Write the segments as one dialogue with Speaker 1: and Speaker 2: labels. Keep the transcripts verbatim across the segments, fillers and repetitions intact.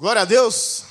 Speaker 1: Glória a Deus.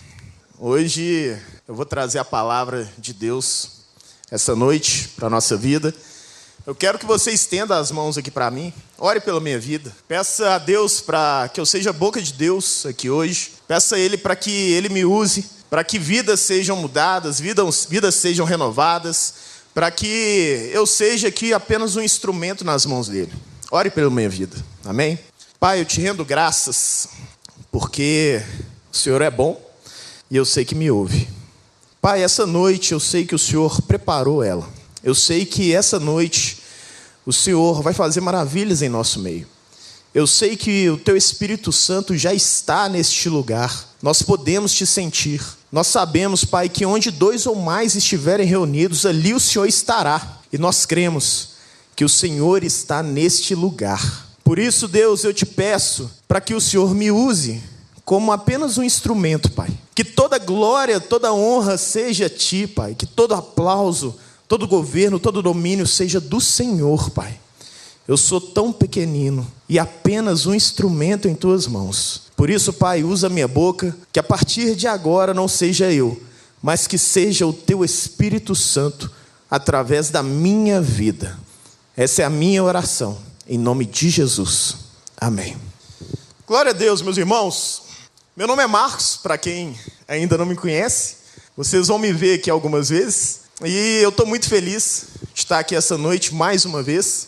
Speaker 1: Hoje eu vou trazer a palavra de Deus essa noite para a nossa vida. Eu quero que você estenda as mãos aqui para mim. Ore pela minha vida. Peça a Deus para que eu seja a boca de Deus aqui hoje. Peça a Ele para que Ele me use, para que vidas sejam mudadas, vidas, vidas sejam renovadas, para que eu seja aqui apenas um instrumento nas mãos dEle. Ore pela minha vida. Amém? Pai, eu te rendo graças, porque o Senhor é bom e eu sei que me ouve. Pai, essa noite eu sei que o Senhor preparou ela. Eu sei que essa noite o Senhor vai fazer maravilhas em nosso meio. Eu sei que o Teu Espírito Santo já está neste lugar. Nós podemos te sentir. Nós sabemos, Pai, que onde dois ou mais estiverem reunidos, ali o Senhor estará. E nós cremos que o Senhor está neste lugar. Por isso, Deus, eu te peço para que o Senhor me use como apenas um instrumento, Pai. Que toda glória, toda honra seja a Ti, Pai. Que todo aplauso, todo governo, todo domínio seja do Senhor, Pai. Eu sou tão pequenino e apenas um instrumento em Tuas mãos. Por isso, Pai, usa a minha boca, que a partir de agora não seja eu, mas que seja o Teu Espírito Santo através da minha vida. Essa é a minha oração, em nome de Jesus. Amém. Glória a Deus, meus irmãos. Meu nome é Marcos, para quem ainda não me conhece. Vocês vão me ver aqui algumas vezes. E eu estou muito feliz de estar aqui essa noite mais uma vez.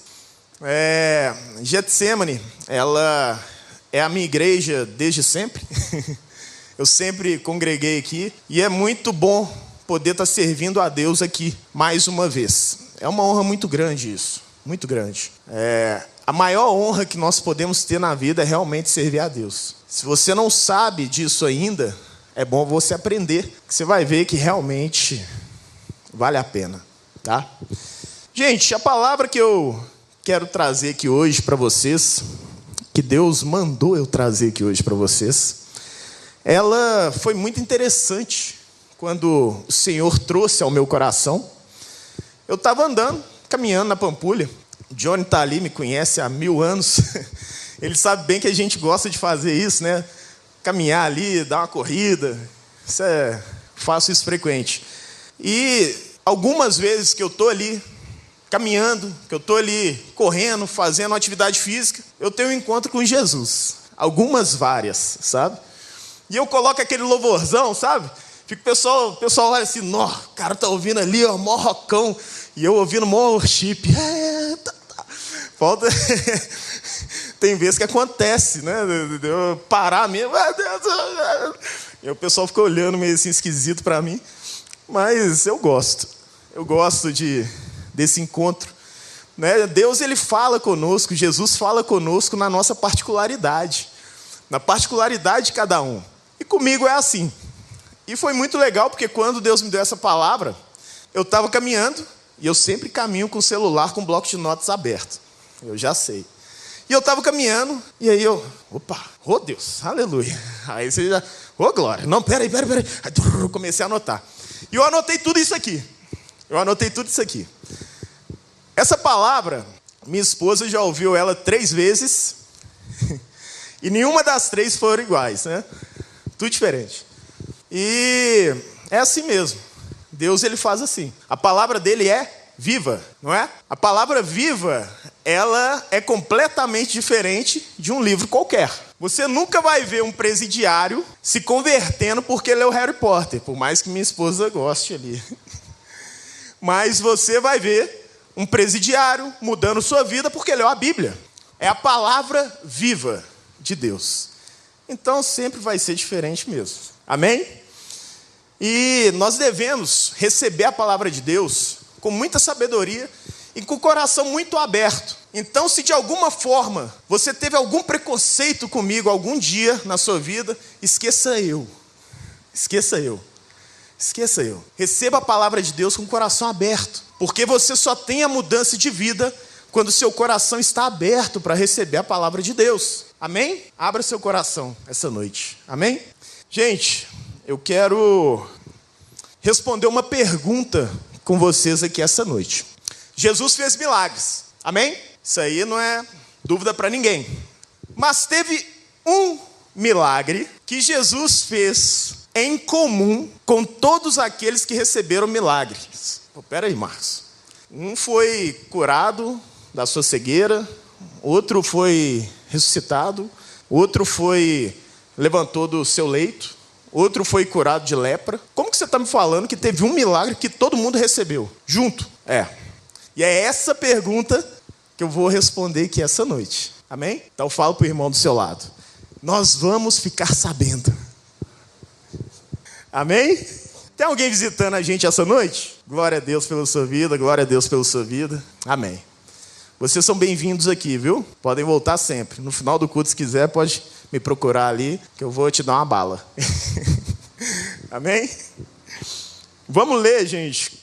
Speaker 1: É, Getsemane, ela é a minha igreja desde sempre. Eu sempre congreguei aqui. E é muito bom poder estar servindo a Deus aqui mais uma vez. É uma honra muito grande isso. Muito grande. É, a maior honra que nós podemos ter na vida é realmente servir a Deus. Se você não sabe disso ainda, é bom você aprender, que você vai ver que realmente vale a pena, tá? Gente, a palavra que eu quero trazer aqui hoje para vocês, que Deus mandou eu trazer aqui hoje para vocês, ela foi muito interessante quando o Senhor trouxe ao meu coração. Eu estava andando, caminhando na Pampulha. O Johnny está ali, me conhece há mil anos. Ele sabe bem que a gente gosta de fazer isso, né? Caminhar ali, dar uma corrida. Isso é, faço isso frequente. E algumas vezes que eu estou ali caminhando, que eu estou ali correndo, fazendo uma atividade física, eu tenho um encontro com Jesus. Algumas várias, sabe? E eu coloco aquele louvorzão, sabe? Fica o pessoal, o pessoal olha assim, nó, o cara tá ouvindo ali, ó, mó rockão. E eu ouvindo mó worship. É, tá, tá. Falta... Tem vezes que acontece, né? De eu parar mesmo. E o pessoal fica olhando meio assim esquisito para mim. Mas eu gosto. Eu gosto de, desse encontro. Né? Deus, ele fala conosco, Jesus fala conosco na nossa particularidade. Na particularidade de cada um. E comigo é assim. E foi muito legal, porque quando Deus me deu essa palavra, eu estava caminhando, e eu sempre caminho com o celular com o bloco de notas aberto. Eu já sei. E eu estava caminhando, e aí eu, opa, oh Deus, aleluia. Aí você já, ô oh, glória, não, peraí, peraí, peraí. Aí eu comecei a anotar. E eu anotei tudo isso aqui. Eu anotei tudo isso aqui. Essa palavra, minha esposa já ouviu ela três vezes, e nenhuma das três foram iguais, né? Tudo diferente. E é assim mesmo. Deus, ele faz assim. A palavra dele é viva, não é? A palavra viva, ela é completamente diferente de um livro qualquer. Você nunca vai ver um presidiário se convertendo porque leu Harry Potter, por mais que minha esposa goste ali. Mas você vai ver um presidiário mudando sua vida porque leu a Bíblia. É a palavra viva de Deus. Então sempre vai ser diferente mesmo. Amém? E nós devemos receber a palavra de Deus com muita sabedoria e com o coração muito aberto. Então, se de alguma forma você teve algum preconceito comigo algum dia na sua vida, esqueça eu. Esqueça eu. Esqueça eu. Receba a palavra de Deus com o coração aberto, porque você só tem a mudança de vida quando o seu coração está aberto para receber a palavra de Deus. Amém? Abra seu coração essa noite. Amém? Gente, eu quero responder uma pergunta com vocês aqui essa noite. Jesus fez milagres, amém? Isso aí não é dúvida para ninguém. Mas teve um milagre que Jesus fez em comum com todos aqueles que receberam milagres. Pô, pera aí, Marcos. Um foi curado da sua cegueira, outro foi ressuscitado, outro foi levantou do seu leito, outro foi curado de lepra. Como que você está me falando que teve um milagre que todo mundo recebeu junto? É. E é essa pergunta que eu vou responder aqui essa noite. Amém? Então fala para o irmão do seu lado. Nós vamos ficar sabendo. Amém? Tem alguém visitando a gente essa noite? Glória a Deus pela sua vida, glória a Deus pela sua vida. Amém. Vocês são bem-vindos aqui, viu? Podem voltar sempre. No final do culto, se quiser, pode me procurar ali, que eu vou te dar uma bala. Amém? Vamos ler, gente.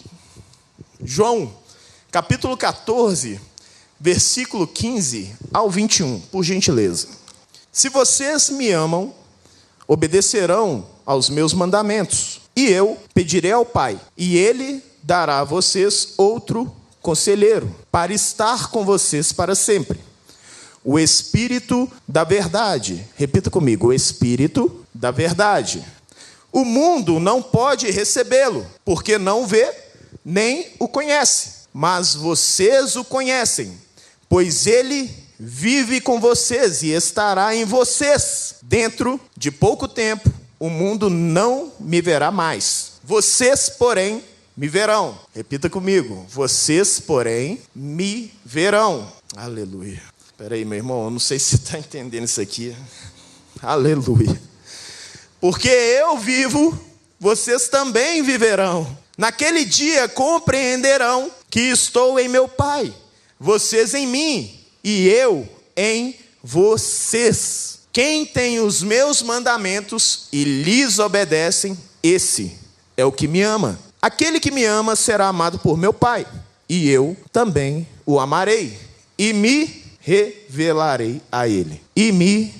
Speaker 1: João, capítulo quatorze, versículo quinze ao vinte e um, por gentileza. Se vocês me amam, obedecerão aos meus mandamentos, e eu pedirei ao Pai, e Ele dará a vocês outro conselheiro, para estar com vocês para sempre. O Espírito da verdade. Repita comigo, o Espírito da verdade. O mundo não pode recebê-lo, porque não vê, nem o conhece. Mas vocês o conhecem, pois Ele vive com vocês e estará em vocês. Dentro de pouco tempo, o mundo não me verá mais. Vocês, porém, me verão. Repita comigo. Vocês, porém, me verão. Aleluia. Espera aí, meu irmão, eu não sei se você está entendendo isso aqui. Aleluia. Porque eu vivo, vocês também viverão. Naquele dia compreenderão que estou em meu Pai, vocês em mim, e eu em vocês. Quem tem os meus mandamentos e lhes obedecem, esse é o que me ama. Aquele que me ama será amado por meu Pai, e eu também o amarei, e me revelarei a ele. E me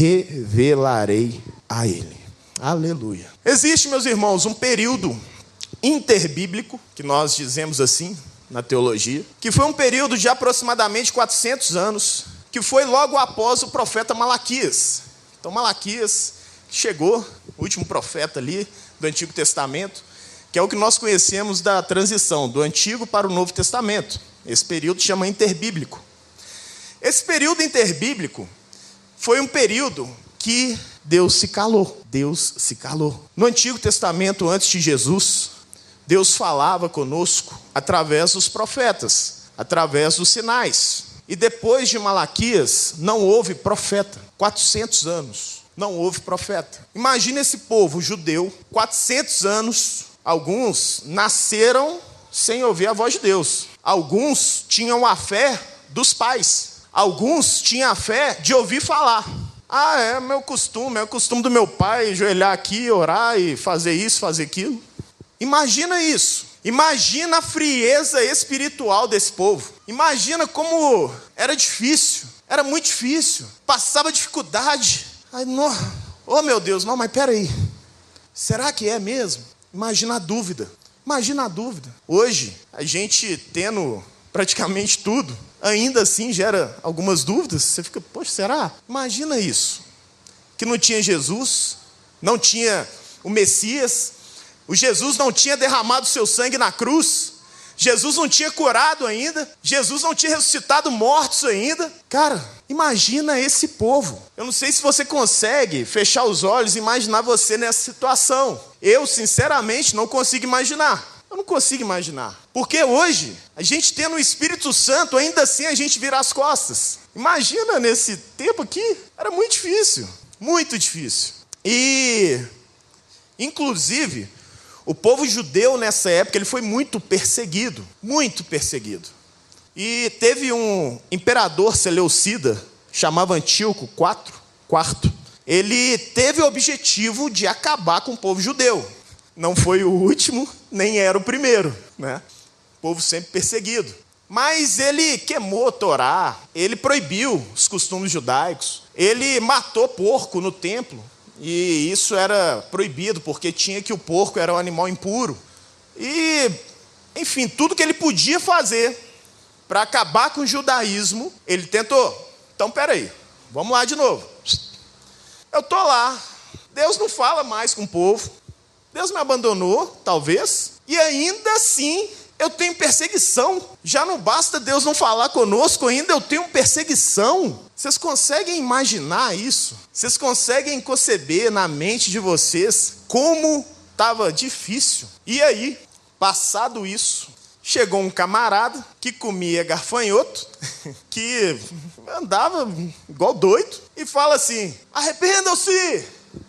Speaker 1: revelarei a ele. Aleluia. Existe, meus irmãos, um período interbíblico, que nós dizemos assim na teologia, que foi um período de aproximadamente quatrocentos anos, que foi logo após o profeta Malaquias. Então Malaquias chegou, o último profeta ali do Antigo Testamento, que é o que nós conhecemos da transição do Antigo para o Novo Testamento. Esse período chama interbíblico. Esse período interbíblico foi um período que Deus se calou. Deus se calou. No Antigo Testamento, antes de Jesus, Deus falava conosco através dos profetas, através dos sinais. E depois de Malaquias, não houve profeta. quatrocentos anos, não houve profeta. Imagina esse povo judeu, quatrocentos anos, alguns nasceram sem ouvir a voz de Deus. Alguns tinham a fé dos pais. Alguns tinham a fé de ouvir falar. Ah, é meu costume, é o costume do meu pai, ajoelhar aqui, orar e fazer isso, fazer aquilo. Imagina isso. Imagina a frieza espiritual desse povo. Imagina como era difícil. Era muito difícil. Passava dificuldade. Ai, não. Oh, meu Deus, não, mas peraí. Será que é mesmo? Imagina a dúvida. Imagina a dúvida. Hoje, a gente tendo praticamente tudo, ainda assim gera algumas dúvidas. Você fica, poxa, será? Imagina isso. Que não tinha Jesus, não tinha o Messias, o Jesus não tinha derramado seu sangue na cruz, Jesus não tinha curado ainda, Jesus não tinha ressuscitado mortos ainda. Cara, imagina esse povo. Eu não sei se você consegue fechar os olhos e imaginar você nessa situação. Eu, sinceramente, não consigo imaginar. Eu não consigo imaginar. Porque hoje, a gente tendo o Espírito Santo, ainda assim a gente vira as costas. Imagina nesse tempo aqui, era muito difícil, muito difícil. E, inclusive, o povo judeu nessa época, ele foi muito perseguido, muito perseguido. E teve um imperador seleucida, chamava Antíoco quarto, ele teve o objetivo de acabar com o povo judeu. Não foi o último, nem era o primeiro, né? O povo sempre perseguido. Mas ele queimou a Torá, ele proibiu os costumes judaicos, ele matou porco no templo. E isso era proibido, porque tinha que o porco era um animal impuro. E, enfim, tudo que ele podia fazer para acabar com o judaísmo, ele tentou. Então, peraí, vamos lá de novo. Eu estou lá, Deus não fala mais com o povo, Deus me abandonou, talvez, e ainda assim eu tenho perseguição. Já não basta Deus não falar conosco, ainda eu tenho perseguição. Vocês conseguem imaginar isso? Vocês conseguem conceber na mente de vocês como estava difícil? E aí, passado isso, chegou um camarada que comia garfanhoto, que andava igual doido, e fala assim: arrependam-se,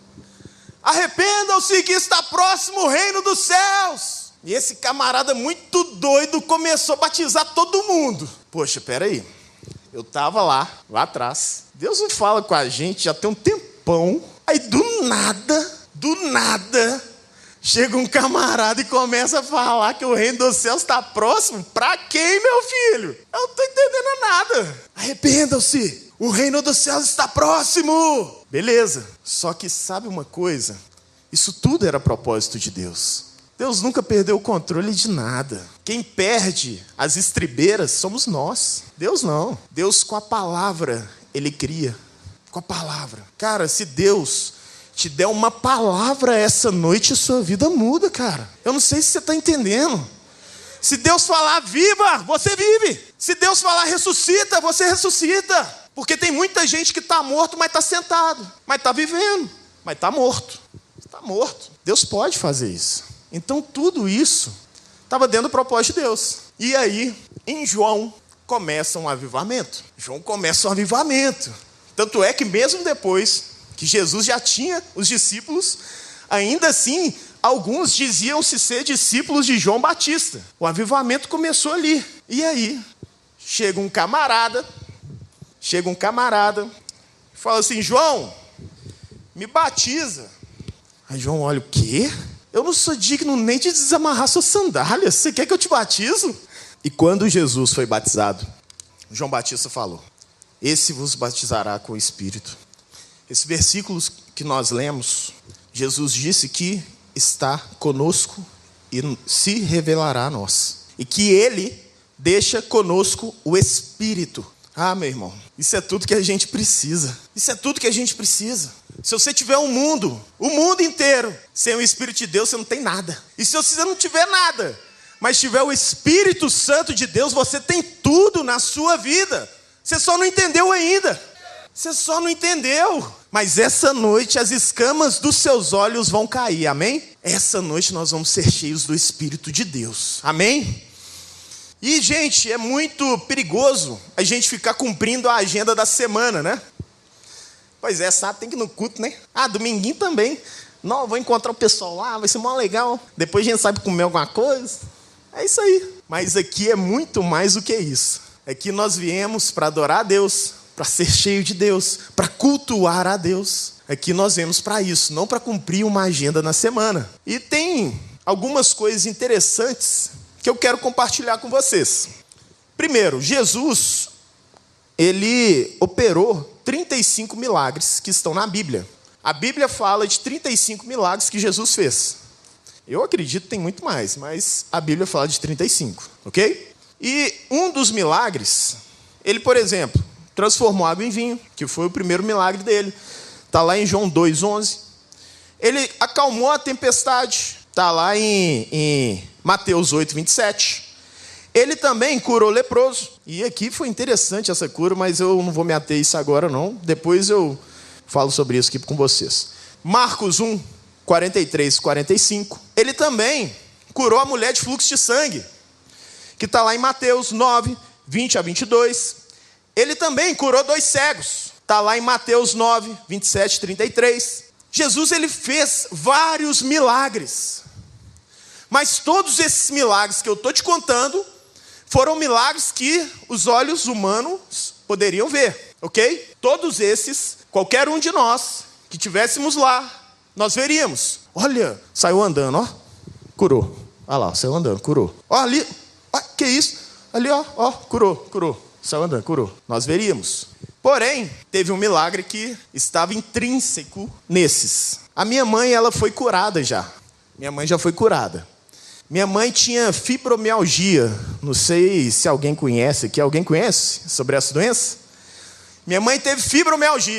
Speaker 1: arrependam-se que está próximo o reino dos céus. E esse camarada muito doido começou a batizar todo mundo. Poxa, peraí, eu estava lá, lá atrás, Deus não fala com a gente já tem um tempão, aí do nada, do nada, chega um camarada e começa a falar que o reino dos céus está próximo. Pra quem, meu filho? Eu não estou entendendo nada. Arrependam-se, o reino dos céus está próximo. Beleza, só que sabe uma coisa? Isso tudo era propósito de Deus. Deus nunca perdeu o controle de nada. Quem perde as estribeiras somos nós. Deus não. Deus, com a palavra, Ele cria. Com a palavra. Cara, se Deus te der uma palavra essa noite, a sua vida muda, cara. Eu não sei se você está entendendo. Se Deus falar viva, você vive. Se Deus falar ressuscita, você ressuscita. Porque tem muita gente que está morto, mas está sentado. Mas está vivendo. Mas está morto. Está morto. Deus pode fazer isso. Então tudo isso estava dentro do propósito de Deus. E aí, em João, começa um avivamento. João começa um avivamento. Tanto é que mesmo depois que Jesus já tinha os discípulos, ainda assim, alguns diziam-se ser discípulos de João Batista. O avivamento começou ali. E aí, chega um camarada, chega um camarada, e fala assim: João, me batiza. Aí João olha: o quê? Eu não sou digno nem de desamarrar suas sandálias. Você quer que eu te batizo? E quando Jesus foi batizado, João Batista falou: esse vos batizará com o Espírito. Esse versículo que nós lemos, Jesus disse que está conosco e se revelará a nós. E que Ele deixa conosco o Espírito. Ah, meu irmão, isso é tudo que a gente precisa. Isso é tudo que a gente precisa. Se você tiver um mundo, o mundo inteiro, sem o Espírito de Deus, você não tem nada. E se você não tiver nada, mas tiver o Espírito Santo de Deus, você tem tudo na sua vida. Você só não entendeu ainda. Você só não entendeu. Mas essa noite as escamas dos seus olhos vão cair, amém? Essa noite nós vamos ser cheios do Espírito de Deus, amém? E, gente, é muito perigoso a gente ficar cumprindo a agenda da semana, né? Pois é, sábado tem que ir no culto, né? Ah, dominguinho também. Não, vou encontrar o pessoal lá, vai ser mó legal. Depois a gente sabe comer alguma coisa. É isso aí. Mas aqui é muito mais do que isso. Aqui nós viemos para adorar a Deus, para ser cheio de Deus, para cultuar a Deus. Aqui nós viemos para isso, não para cumprir uma agenda na semana. E tem algumas coisas interessantes que eu quero compartilhar com vocês. Primeiro, Jesus, ele operou trinta e cinco milagres que estão na Bíblia. A Bíblia fala de trinta e cinco milagres que Jesus fez. Eu acredito que tem muito mais, mas a Bíblia fala de trinta e cinco, ok? E um dos milagres, ele, por exemplo, transformou água em vinho, que foi o primeiro milagre dele. Está lá em João dois, onze. Ele acalmou a tempestade. Está lá em, em Mateus oito, vinte e sete. Ele também curou leproso. E aqui foi interessante essa cura, mas eu não vou me ater a isso agora não. Depois eu falo sobre isso aqui com vocês. Marcos um, quarenta e três, quarenta e cinco. Ele também curou a mulher de fluxo de sangue, que está lá em Mateus nove, vinte a vinte e dois. Ele também curou dois cegos. Está lá em Mateus nove, vinte e sete, trinta e três. Jesus, ele fez vários milagres. Mas todos esses milagres que eu estou te contando foram milagres que os olhos humanos poderiam ver, ok? Todos esses, qualquer um de nós que tivéssemos lá, nós veríamos. Olha, saiu andando, ó, curou. Olha lá, saiu andando, curou. Ó, ali, ó, que isso? Ali, ó, ó, curou, curou. Saiu andando, curou. Nós veríamos. Porém, teve um milagre que estava intrínseco nesses. A minha mãe, ela foi curada já. Minha mãe já foi curada. Minha mãe tinha fibromialgia. Não sei se alguém conhece aqui. Alguém conhece sobre essa doença? Minha mãe teve fibromialgia.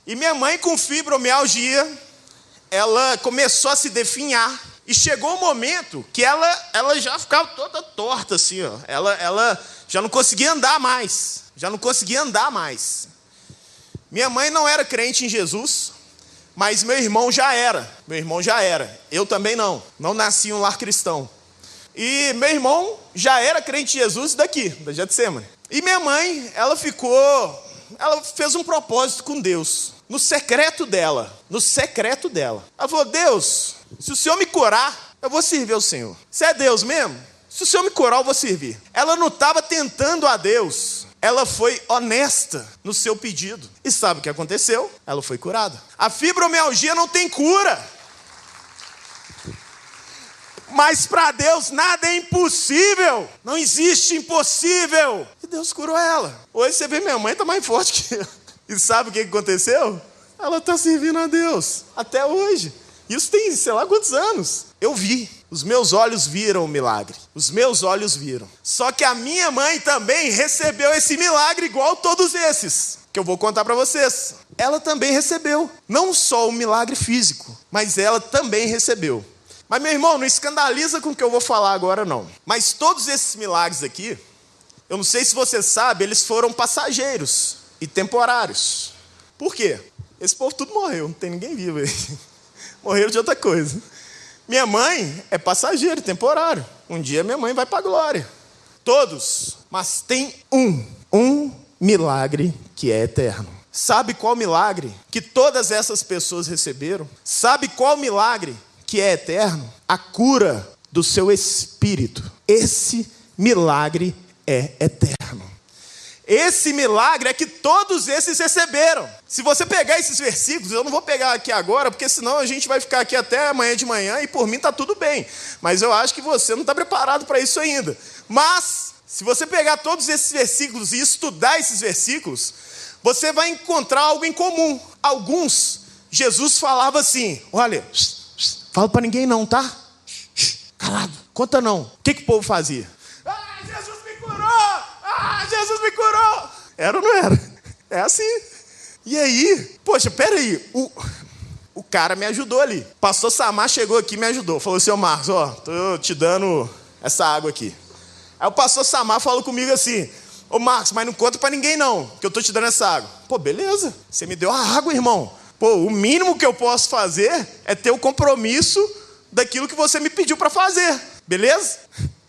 Speaker 1: E minha mãe, com fibromialgia, ela começou a se definhar. E chegou um momento que ela, ela já ficava toda torta, assim, ó. Ela, ela já não conseguia andar mais. Já não conseguia andar mais. Minha mãe não era crente em Jesus, mas meu irmão já era. Meu irmão já era. Eu também não. Não nasci em um lar cristão. E meu irmão já era crente em Jesus daqui, da Getsemane. E minha mãe, ela ficou... Ela fez um propósito com Deus. No secreto dela. No secreto dela. Ela falou, Deus, se o Senhor me curar, eu vou servir ao Senhor. Se é Deus mesmo, se o Senhor me curar, eu vou servir. Ela não estava tentando a Deus. Ela foi honesta no seu pedido. E sabe o que aconteceu? Ela foi curada. A fibromialgia não tem cura. Mas para Deus nada é impossível. Não existe impossível. E Deus curou ela. Hoje você vê, minha mãe está mais forte que eu. E sabe o que aconteceu? Ela está servindo a Deus. Até hoje. Isso tem, sei lá quantos anos. Eu vi. Os meus olhos viram o milagre. Os meus olhos viram. Só que a minha mãe também recebeu esse milagre igual todos esses. Que eu vou contar para vocês. Ela também recebeu. Não só o milagre físico. Mas ela também recebeu. Mas, meu irmão, não escandaliza com o que eu vou falar agora, não. Mas todos esses milagres aqui, eu não sei se você sabe, eles foram passageiros e temporários. Por quê? Esse povo tudo morreu, não tem ninguém vivo aí. Morreram de outra coisa. Minha mãe é passageiro, temporário. Um dia minha mãe vai para a glória. Todos. Mas tem um, um milagre que é eterno. Sabe qual milagre que todas essas pessoas receberam? Sabe qual milagre que é eterno? A cura do seu espírito. Esse milagre é eterno. Esse milagre é que todos esses receberam. Se você pegar esses versículos, eu não vou pegar aqui agora, porque senão a gente vai ficar aqui até amanhã de manhã e por mim está tudo bem. Mas eu acho que você não está preparado para isso ainda. Mas, se você pegar todos esses versículos e estudar esses versículos, você vai encontrar algo em comum. Alguns, Jesus falava assim, olha, fala para ninguém não, tá? Calado, conta não. O que, que o povo fazia? Ah, Jesus me curou! Ah, Jesus me curou! Era ou não era? É assim. E aí, poxa, peraí, o, o cara me ajudou ali. Pastor Samar chegou aqui e me ajudou. Falou assim, ô Marcos, ó, tô te dando essa água aqui. Aí o pastor Samar falou comigo assim, ô Marcos, mas não conta pra ninguém não, que eu tô te dando essa água. Pô, beleza, você me deu a água, irmão. Pô, o mínimo que eu posso fazer é ter o compromisso daquilo que você me pediu para fazer. Beleza?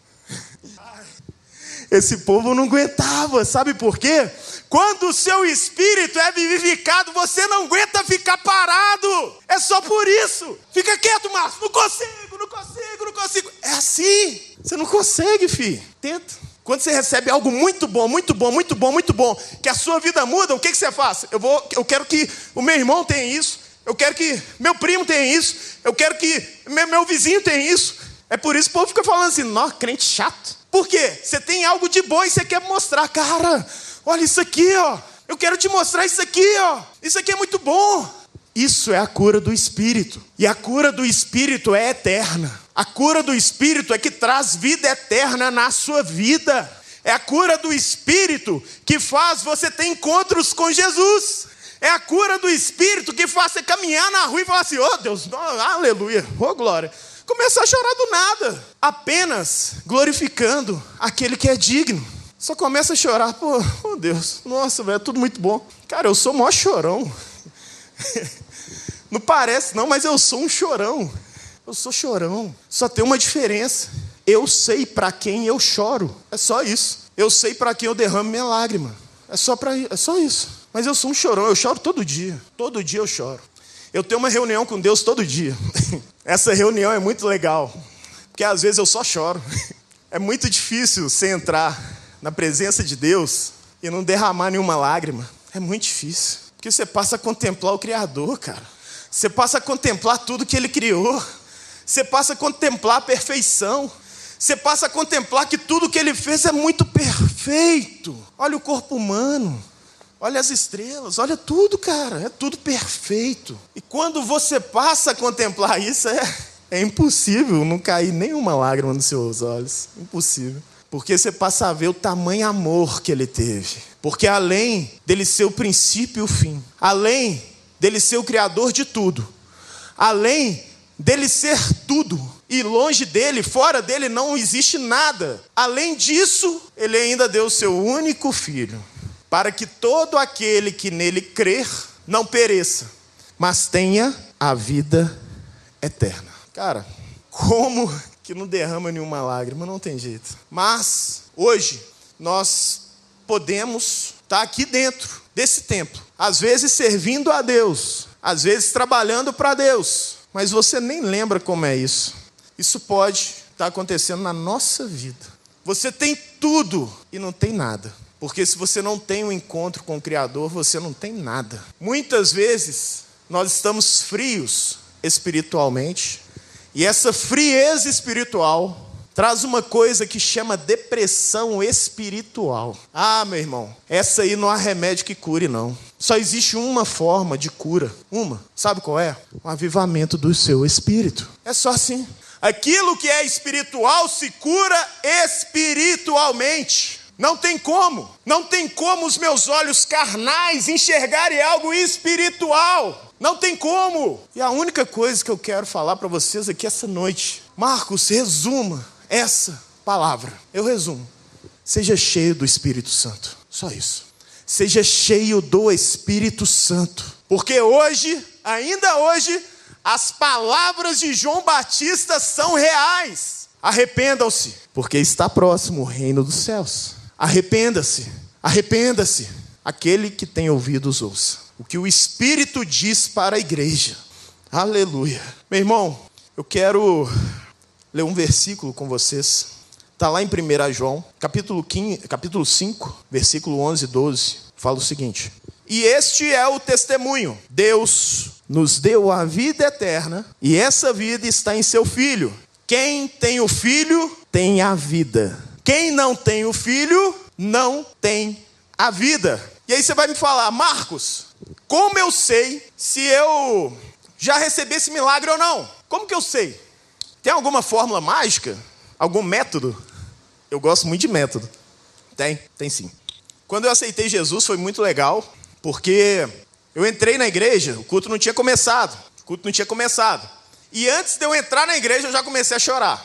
Speaker 1: Esse povo não aguentava, sabe por quê? Quando o seu espírito é vivificado, você não aguenta ficar parado. É só por isso. Fica quieto, Márcio. Não consigo, não consigo, não consigo. É assim. Você não consegue, filho. Tenta. Quando você recebe algo muito bom, muito bom, muito bom, muito bom, que a sua vida muda, o que, que você faz? Eu, vou, eu quero que o meu irmão tenha isso, eu quero que meu primo tenha isso, eu quero que meu, meu vizinho tenha isso. É por isso que o povo fica falando assim, nossa, crente chato. Por quê? Você tem algo de bom e você quer mostrar, cara, olha isso aqui, ó. Eu quero te mostrar isso aqui, ó. Isso aqui é muito bom. Isso é a cura do Espírito. E a cura do Espírito é eterna. A cura do Espírito é que traz vida eterna na sua vida. É a cura do Espírito que faz você ter encontros com Jesus. É a cura do Espírito que faz você caminhar na rua e falar assim, oh Deus, oh, aleluia, oh glória. Começar a chorar do nada. Apenas glorificando aquele que é digno. Só começa a chorar, pô, oh Deus, nossa, velho, é tudo muito bom. Cara, eu sou o maior chorão. Não parece não, mas eu sou um chorão. Eu sou chorão. Só tem uma diferença. Eu sei para quem eu choro. É só isso. Eu sei para quem eu derramo minha lágrima. É só, pra, é só isso. Mas eu sou um chorão. Eu choro todo dia. Todo dia eu choro. Eu tenho uma reunião com Deus todo dia. Essa reunião é muito legal. Porque às vezes eu só choro. É muito difícil você entrar na presença de Deus e não derramar nenhuma lágrima. É muito difícil. Porque você passa a contemplar o Criador, cara. Você passa a contemplar tudo que Ele criou. Você passa a contemplar a perfeição. Você passa a contemplar que tudo que Ele fez é muito perfeito. Olha o corpo humano. Olha as estrelas. Olha tudo, cara. É tudo perfeito. E quando você passa a contemplar isso, é, é impossível não cair nenhuma lágrima nos seus olhos. Impossível. Porque você passa a ver o tamanho amor que Ele teve. Porque além dele ser o princípio e o fim, além dele ser o criador de tudo, além dele ser tudo, e longe dele, fora dele não existe nada. Além disso, ele ainda deu o seu único filho, para que todo aquele que nele crer não pereça, mas tenha a vida eterna. Cara, como que não derrama nenhuma lágrima? Não tem jeito. Mas hoje nós podemos estar aqui dentro desse templo, às vezes servindo a Deus, às vezes trabalhando para Deus, mas você nem lembra como é isso. Isso pode estar acontecendo na nossa vida. Você tem tudo e não tem nada. Porque se você não tem um encontro com o Criador, você não tem nada. Muitas vezes nós estamos frios espiritualmente, e essa frieza espiritual traz uma coisa que chama depressão espiritual. Ah, meu irmão, essa aí não há remédio que cure, não. Só existe uma forma de cura. Uma. Sabe qual é? O avivamento do seu espírito. É só assim. Aquilo que é espiritual se cura espiritualmente. Não tem como. Não tem como os meus olhos carnais enxergarem algo espiritual. Não tem como. E a única coisa que eu quero falar para vocês aqui essa noite, Marcos, resuma essa palavra. Eu resumo. Seja cheio do Espírito Santo. Só isso. Seja cheio do Espírito Santo. Porque hoje, ainda hoje, as palavras de João Batista são reais. Arrependam-se, porque está próximo o reino dos céus. Arrependa-se, arrependa-se. Aquele que tem ouvidos, ouça o que o Espírito diz para a igreja. Aleluia. Meu irmão, eu quero ler um versículo com vocês. Está lá em primeira João, capítulo, quinze, capítulo cinco, versículo onze e doze. Fala o seguinte: e este é o testemunho. Deus nos deu a vida eterna, e essa vida está em seu Filho. Quem tem o Filho, tem a vida. Quem não tem o Filho, não tem a vida. E aí você vai me falar: Marcos, como eu sei se eu já recebi esse milagre ou não? Como que eu sei? Tem alguma fórmula mágica? Algum método? Eu gosto muito de método. Tem, tem sim. Quando eu aceitei Jesus foi muito legal, porque eu entrei na igreja, o culto não tinha começado. O culto não tinha começado. E antes de eu entrar na igreja, eu já comecei a chorar.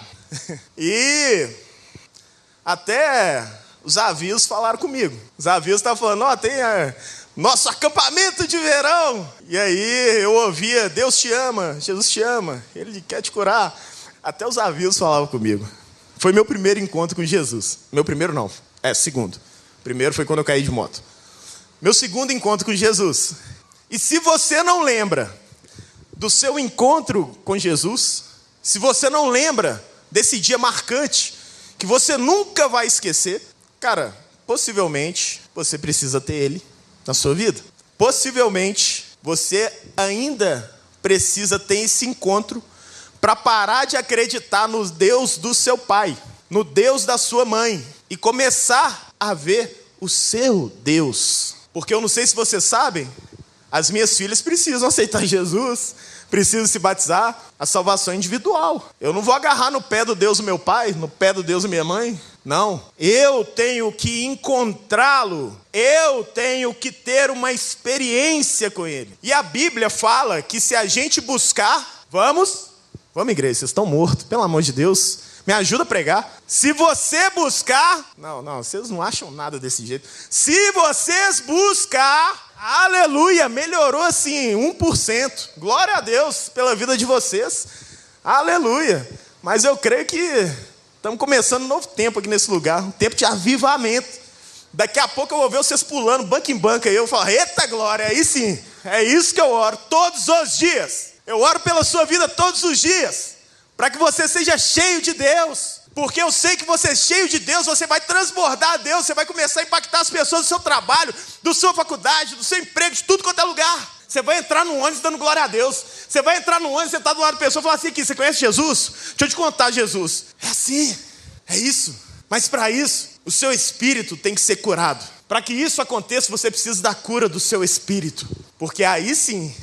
Speaker 1: E até os avisos falaram comigo. Os avisos estavam falando: ó, oh, tem é, nosso acampamento de verão. E aí eu ouvia: Deus te ama, Jesus te ama, Ele quer te curar. Até os avisos falavam comigo. Foi meu primeiro encontro com Jesus. Meu primeiro não, é, segundo. Primeiro foi quando eu caí de moto. Meu segundo encontro com Jesus. E se você não lembra do seu encontro com Jesus, se você não lembra desse dia marcante, que você nunca vai esquecer, cara, possivelmente você precisa ter ele na sua vida. Possivelmente você ainda precisa ter esse encontro para parar de acreditar no Deus do seu pai, no Deus da sua mãe, e começar a ver o seu Deus. Porque eu não sei se vocês sabem, as minhas filhas precisam aceitar Jesus, precisam se batizar. A salvação é individual. Eu não vou agarrar no pé do Deus do meu pai, no pé do Deus da minha mãe. Não. Eu tenho que encontrá-lo. Eu tenho que ter uma experiência com ele. E a Bíblia fala que se a gente buscar, vamos... Vamos, igreja, vocês estão mortos, pelo amor de Deus, me ajuda a pregar. Se você buscar, não, não, vocês não acham nada desse jeito. Se vocês buscar, aleluia, melhorou assim, um por cento. Glória a Deus pela vida de vocês, aleluia. Mas eu creio que estamos começando um novo tempo aqui nesse lugar, um tempo de avivamento. Daqui a pouco eu vou ver vocês pulando banco em banco aí, eu falo: eita glória, aí sim, é isso que eu oro todos os dias. Eu oro pela sua vida todos os dias, para que você seja cheio de Deus, porque eu sei que você é cheio de Deus, você vai transbordar a Deus, você vai começar a impactar as pessoas do seu trabalho, da sua faculdade, do seu emprego, de tudo quanto é lugar. Você vai entrar no ônibus dando glória a Deus, você vai entrar no ônibus, você está do lado da pessoa e fala assim: aqui, você conhece Jesus? Deixa eu te contar, Jesus. É assim, é isso, mas para isso, o seu espírito tem que ser curado. Para que isso aconteça, você precisa da cura do seu espírito, porque aí sim...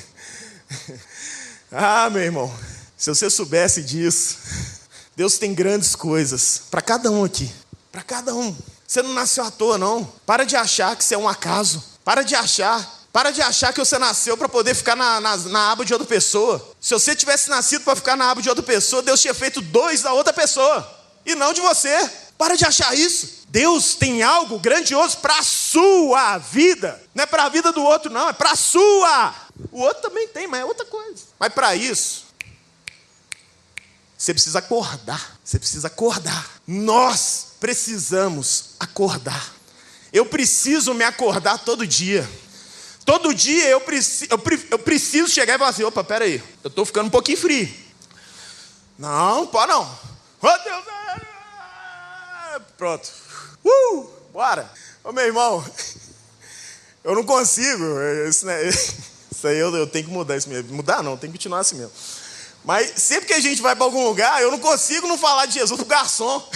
Speaker 1: Ah, meu irmão, se você soubesse disso, Deus tem grandes coisas para cada um aqui, para cada um. Você não nasceu à toa, não. Para de achar que você é um acaso. Para de achar, Para de achar que você nasceu para poder ficar na, na, na aba de outra pessoa. Se você tivesse nascido para ficar na aba de outra pessoa, Deus tinha feito dois da outra pessoa, e não de você. Para de achar isso. Deus tem algo grandioso para a sua vida. Não é para a vida do outro, não. É para a sua. O outro também tem, mas é outra coisa. Mas para isso, você precisa acordar. Você precisa acordar. Nós precisamos acordar. Eu preciso me acordar todo dia. Todo dia eu, preci, eu, pre, eu preciso chegar e falar assim, opa, peraí, eu estou ficando um pouquinho frio. Não, pode não. Oh, Deus. Pronto. Uh, bora. Ô, meu irmão, eu não consigo. Isso, né, isso aí eu, eu tenho que mudar isso mesmo. Mudar não, tem que continuar assim mesmo. Mas sempre que a gente vai para algum lugar, eu não consigo não falar de Jesus pro garçom.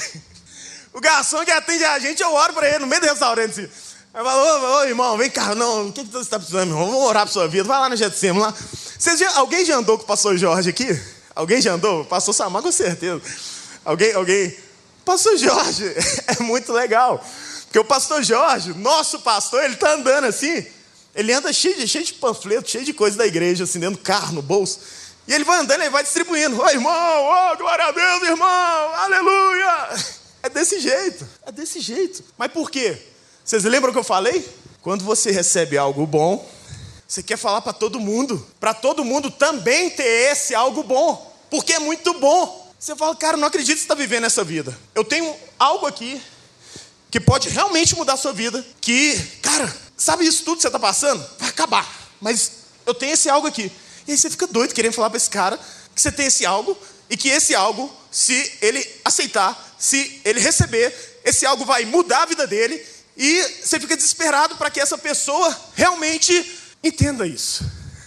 Speaker 1: O garçom que atende a gente, eu oro para ele no meio do restaurante. Assim. Eu falo, ô, ô irmão, vem cá. Não, o que, que você está precisando, meu irmão? Vamos orar para sua vida. Vai lá no Getsemane lá. Vocês já, alguém já andou com o pastor Jorge aqui? Alguém já andou? Pastor Samar, com certeza. Alguém, alguém? Pastor Jorge, é muito legal. Porque o pastor Jorge, nosso pastor, ele está andando assim. Ele anda cheio de, cheio de panfleto, cheio de coisa da igreja, assim, dentro do carro, no bolso. E ele vai andando, ele vai distribuindo. Ô irmão, ô, glória a Deus, irmão, aleluia. É desse jeito, é desse jeito. Mas por quê? Vocês lembram que eu falei? Quando você recebe algo bom, você quer falar para todo mundo. Para todo mundo também ter esse algo bom. Porque é muito bom. Você fala, cara, não acredito que você está vivendo essa vida. Eu tenho algo aqui que pode realmente mudar a sua vida. Que, cara, sabe isso tudo que você está passando? Vai acabar. Mas eu tenho esse algo aqui. E aí você fica doido querendo falar para esse cara que você tem esse algo. E que esse algo, se ele aceitar, se ele receber, esse algo vai mudar a vida dele. E você fica desesperado para que essa pessoa realmente entenda isso.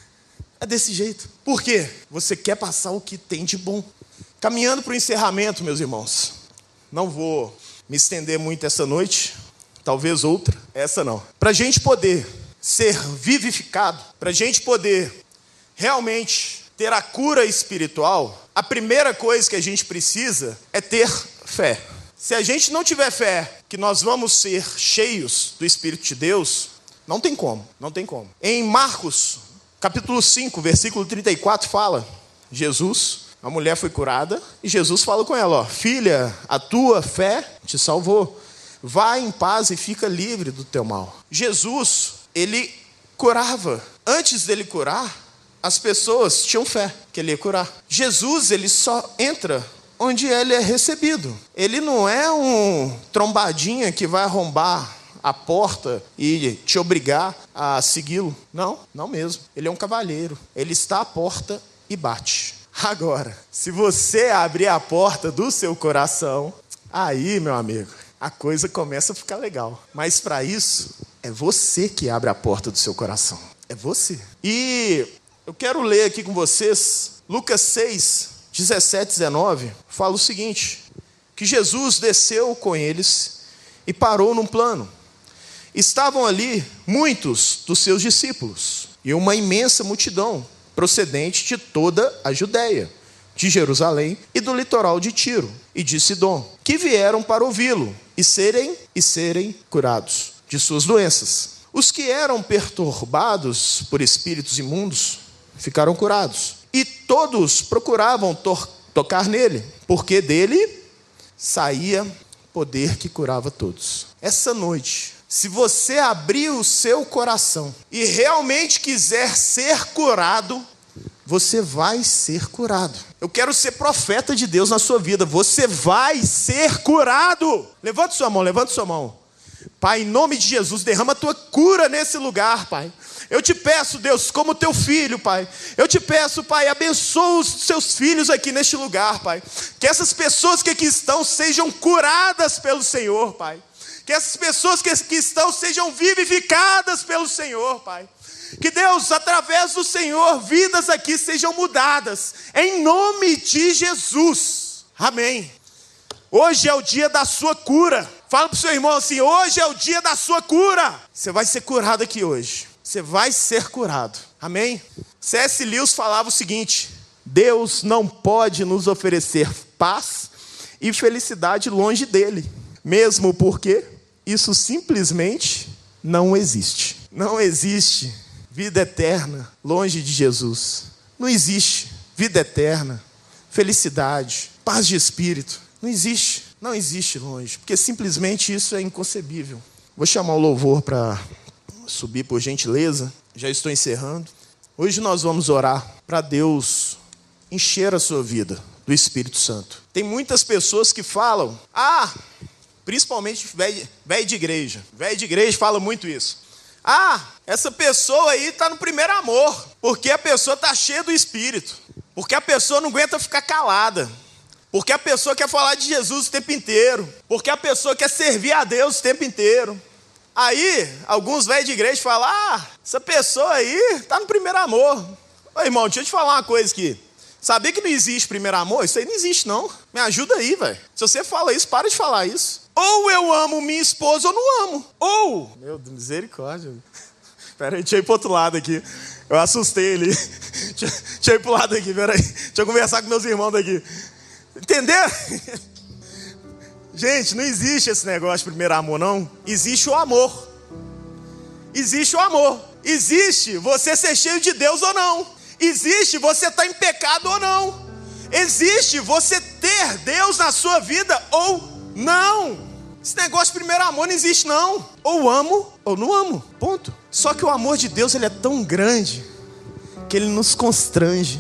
Speaker 1: É desse jeito. Por quê? Você quer passar o que tem de bom. Caminhando para o encerramento, meus irmãos. Não vou me estender muito essa noite. Talvez outra. Essa não. Para a gente poder ser vivificado, para a gente poder realmente ter a cura espiritual, a primeira coisa que a gente precisa é ter fé. Se a gente não tiver fé que nós vamos ser cheios do Espírito de Deus, não tem como, não tem como. Em Marcos, capítulo cinco, versículo trinta e quatro, fala, Jesus, a mulher foi curada, e Jesus fala com ela, ó, filha, a tua fé te salvou. Vai em paz e fica livre do teu mal. Jesus, ele curava. Antes dele curar, as pessoas tinham fé que ele ia curar. Jesus, ele só entra onde ele é recebido. Ele não é um trombadinha que vai arrombar a porta e te obrigar a segui-lo. Não, não mesmo. Ele é um cavalheiro. Ele está à porta e bate. Agora, se você abrir a porta do seu coração, aí, meu amigo, a coisa começa a ficar legal. Mas para isso, é você que abre a porta do seu coração. É você. E eu quero ler aqui com vocês, Lucas seis, dezessete, dezenove, fala o seguinte, que Jesus desceu com eles e parou num plano. Estavam ali muitos dos seus discípulos e uma imensa multidão procedente de toda a Judéia, de Jerusalém e do litoral de Tiro e de Sidom, que vieram para ouvi-lo e serem, e serem curados de suas doenças. Os que eram perturbados por espíritos imundos ficaram curados. E todos procuravam to- tocar nele, porque dele saía poder que curava todos. Essa noite, se você abrir o seu coração e realmente quiser ser curado, você vai ser curado. Eu quero ser profeta de Deus na sua vida. Você vai ser curado. Levante sua mão, levante sua mão. Pai, em nome de Jesus, derrama a tua cura nesse lugar, Pai. Eu te peço, Deus, como teu filho, Pai. Eu te peço, Pai, abençoa os seus filhos aqui neste lugar, Pai. Que essas pessoas que aqui estão sejam curadas pelo Senhor, Pai. Que essas pessoas que aqui estão sejam vivificadas pelo Senhor, Pai. Que Deus, através do Senhor, vidas aqui sejam mudadas. Em nome de Jesus. Amém. Hoje é o dia da sua cura. Fala para o seu irmão assim, hoje é o dia da sua cura. Você vai ser curado aqui hoje. Você vai ser curado. Amém? C S Lewis falava o seguinte, Deus não pode nos oferecer paz e felicidade longe dele. Mesmo porque isso simplesmente não existe. Não existe vida eterna longe de Jesus. Não existe vida eterna, felicidade, paz de espírito. Não existe, não existe longe, porque simplesmente isso é inconcebível. Vou chamar o louvor para subir, por gentileza. Já estou encerrando. Hoje nós vamos orar para Deus encher a sua vida do Espírito Santo. Tem muitas pessoas que falam, ah, principalmente velho, velho de igreja. Velho de igreja fala muito isso. Ah, essa pessoa aí está no primeiro amor, porque a pessoa está cheia do Espírito, porque a pessoa não aguenta ficar calada, porque a pessoa quer falar de Jesus o tempo inteiro, porque a pessoa quer servir a Deus o tempo inteiro. Aí, alguns velhos de igreja falam, ah, essa pessoa aí está no primeiro amor. Ô irmão, deixa eu te falar uma coisa aqui. Sabia que não existe primeiro amor? Isso aí não existe não. Me ajuda aí, velho. Se você fala isso, para de falar isso. Ou eu amo minha esposa ou não amo. Ou... Meu Deus, misericórdia. Pera aí, deixa eu ir pro outro lado aqui. Eu assustei ali. Deixa, deixa eu ir pro lado aqui, pera aí. Deixa eu conversar com meus irmãos daqui. Entenderam? Gente, não existe esse negócio de primeiro amor, não. Existe o amor. Existe o amor. Existe você ser cheio de Deus ou não. Existe você estar em pecado ou não. Existe você ter Deus na sua vida ou não. Esse negócio de primeiro amor não existe não. Ou amo ou não amo, ponto. Só que o amor de Deus, ele é tão grande que ele nos constrange.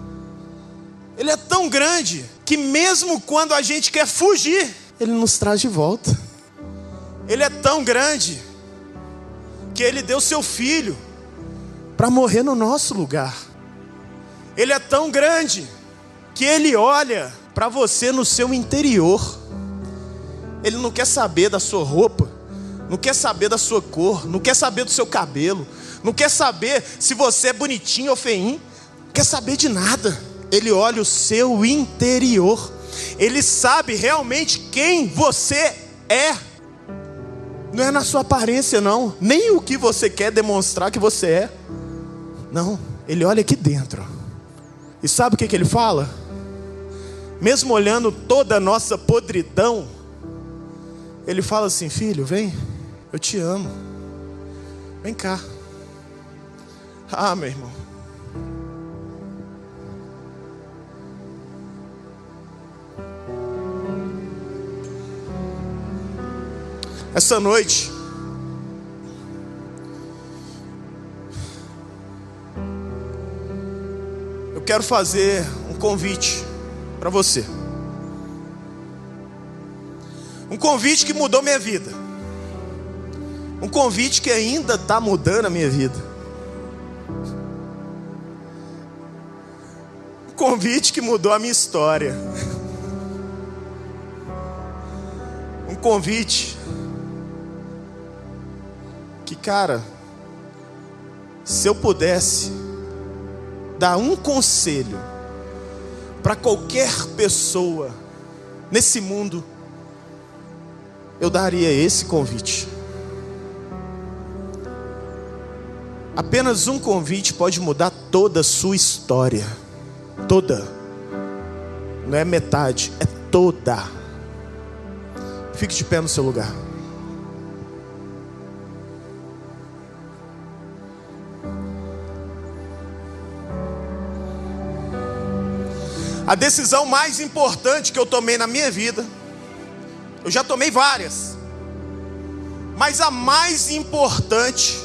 Speaker 1: Ele é tão grande que mesmo quando a gente quer fugir, ele nos traz de volta. Ele é tão grande que ele deu seu filho para morrer no nosso lugar. Ele é tão grande que ele olha para você no seu interior. Ele não quer saber da sua roupa, não quer saber da sua cor, não quer saber do seu cabelo, não quer saber se você é bonitinho ou feinho, não quer saber de nada. Ele olha o seu interior. Ele sabe realmente quem você é. Não é na sua aparência não, nem o que você quer demonstrar que você é. Não, ele olha aqui dentro. E sabe o que, que ele fala? Mesmo olhando toda a nossa podridão, ele fala assim, filho, vem, eu te amo. Vem cá. Ah, meu irmão. Essa noite, eu quero fazer um convite para você. Um convite que mudou minha vida. Um convite que ainda está mudando a minha vida. Um convite que mudou a minha história. Um convite que, cara, se eu pudesse dar um conselho para qualquer pessoa nesse mundo, eu daria esse convite. Apenas um convite pode mudar toda a sua história. Toda. Não é metade, é toda. Fique de pé no seu lugar. A decisão mais importante que eu tomei na minha vida, eu já tomei várias, mas a mais importante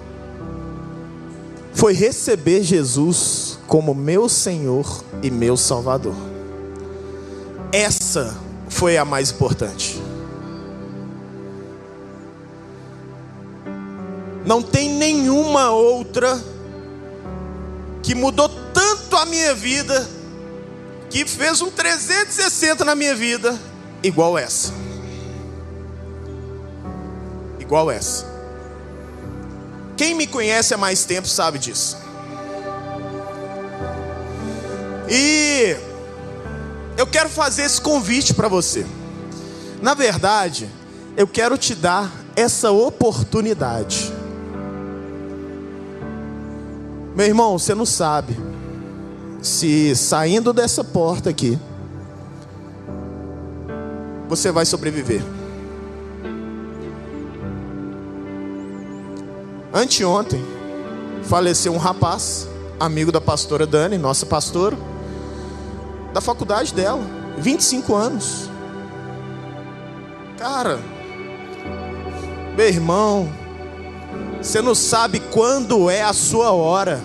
Speaker 1: foi receber Jesus como meu Senhor e meu Salvador. Essa foi a mais importante. Não tem nenhuma outra que mudou tanto a minha vida, que fez um trezentos e sessenta na minha vida, igual essa. Igual essa. Quem me conhece há mais tempo sabe disso. E eu quero fazer esse convite para você. Na verdade, eu quero te dar essa oportunidade. Meu irmão, você não sabe se saindo dessa porta aqui você vai sobreviver. Anteontem faleceu um rapaz, amigo da pastora Dani, nossa pastora, da faculdade dela, vinte e cinco anos. Cara, meu irmão, você não sabe quando é a sua hora.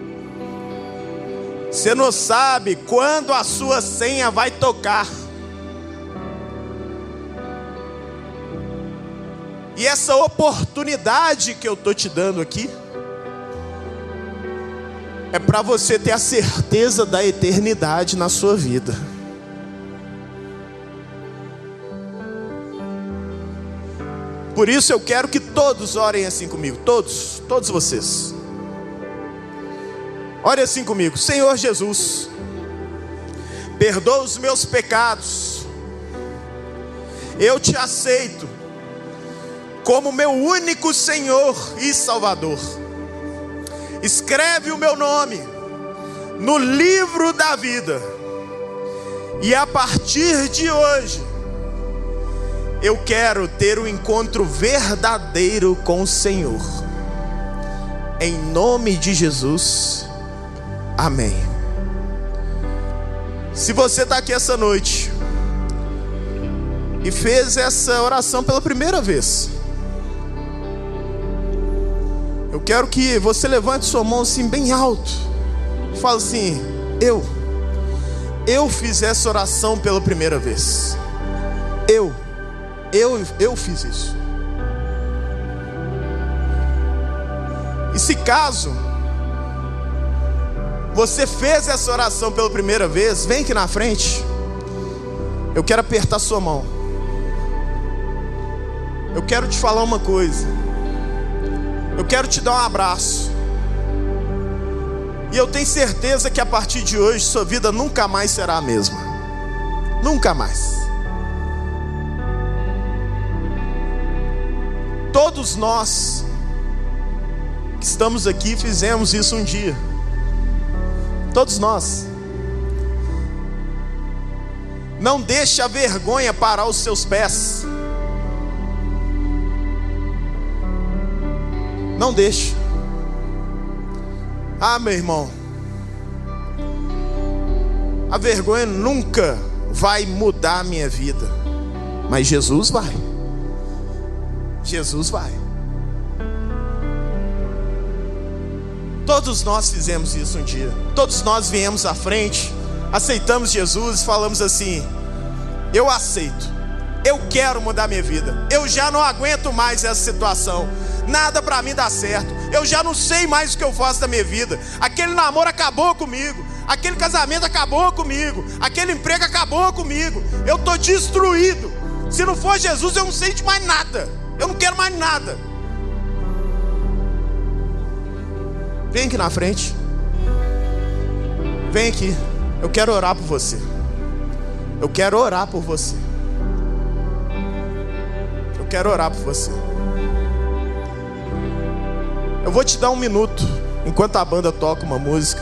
Speaker 1: Você não sabe quando a sua senha vai tocar. E essa oportunidade que eu estou te dando aqui é para você ter a certeza da eternidade na sua vida. Por isso eu quero que todos orem assim comigo. Todos, todos vocês. Ore assim comigo. Senhor Jesus, perdoa os meus pecados. Eu te aceito como meu único Senhor e Salvador. Escreve o meu nome no livro da vida. E a partir de hoje, eu quero ter um encontro verdadeiro com o Senhor. Em nome de Jesus, amém. Se você está aqui essa noite e fez essa oração pela primeira vez, eu quero que você levante sua mão assim bem alto e fale assim: eu, eu fiz essa oração pela primeira vez. Eu, eu, eu fiz isso. E se caso você fez essa oração pela primeira vez, vem aqui na frente. Eu quero apertar sua mão. Eu quero te falar uma coisa. Eu quero te dar um abraço. E eu tenho certeza que a partir de hoje sua vida nunca mais será a mesma. Nunca mais. Todos nós que estamos aqui fizemos isso um dia. Todos nós. Não deixe a vergonha parar os seus pés. Não deixe. Ah, meu irmão, a vergonha nunca vai mudar a minha vida, mas Jesus vai. Jesus vai. Todos nós fizemos isso um dia. Todos nós viemos à frente, aceitamos Jesus e falamos assim: eu aceito, eu quero mudar minha vida. Eu já não aguento mais essa situação. Nada para mim dá certo. Eu já não sei mais o que eu faço da minha vida. Aquele namoro acabou comigo. Aquele casamento acabou comigo. Aquele emprego acabou comigo. Eu estou destruído. Se não for Jesus, eu não sei de mais nada. Eu não quero mais nada. Vem aqui na frente. Vem aqui. Eu quero orar por você. Eu quero orar por você. Eu quero orar por você. Eu vou te dar um minuto, enquanto a banda toca uma música.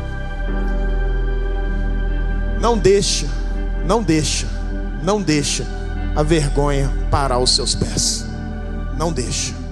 Speaker 1: Não deixa, não deixa, não deixa a vergonha parar os seus pés. Não deixa.